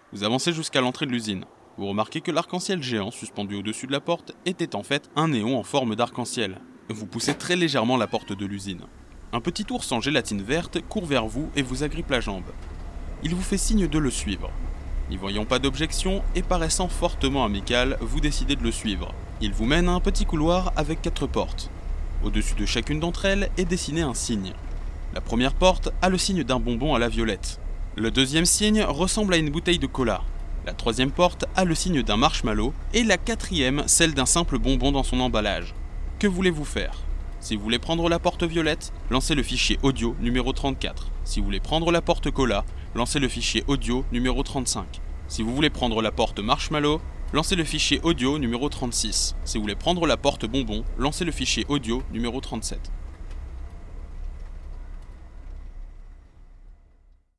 Vous avancez jusqu'à l'entrée de l'usine. Vous remarquez que l'arc-en-ciel géant suspendu au-dessus de la porte était en fait un néon en forme d'arc-en-ciel. Vous poussez très légèrement la porte de l'usine. Un petit ours en gélatine verte court vers vous et vous agrippe la jambe. Il vous fait signe de le suivre. N'y voyant pas d'objection et paraissant fortement amical, vous décidez de le suivre. Il vous mène à un petit couloir avec 4 portes. Au-dessus de chacune d'entre elles est dessiné un signe. La première porte a le signe d'un bonbon à la violette. Le deuxième signe ressemble à une bouteille de cola. La troisième porte a le signe d'un marshmallow et la quatrième celle d'un simple bonbon dans son emballage. Que voulez-vous faire ? Si vous voulez prendre la porte violette, lancez le fichier audio numéro 34. Si vous voulez prendre la porte cola, lancez le fichier audio numéro 35. Si vous voulez prendre la porte marshmallow, lancez le fichier audio numéro 36. Si vous voulez prendre la porte bonbon, lancez le fichier audio numéro 37.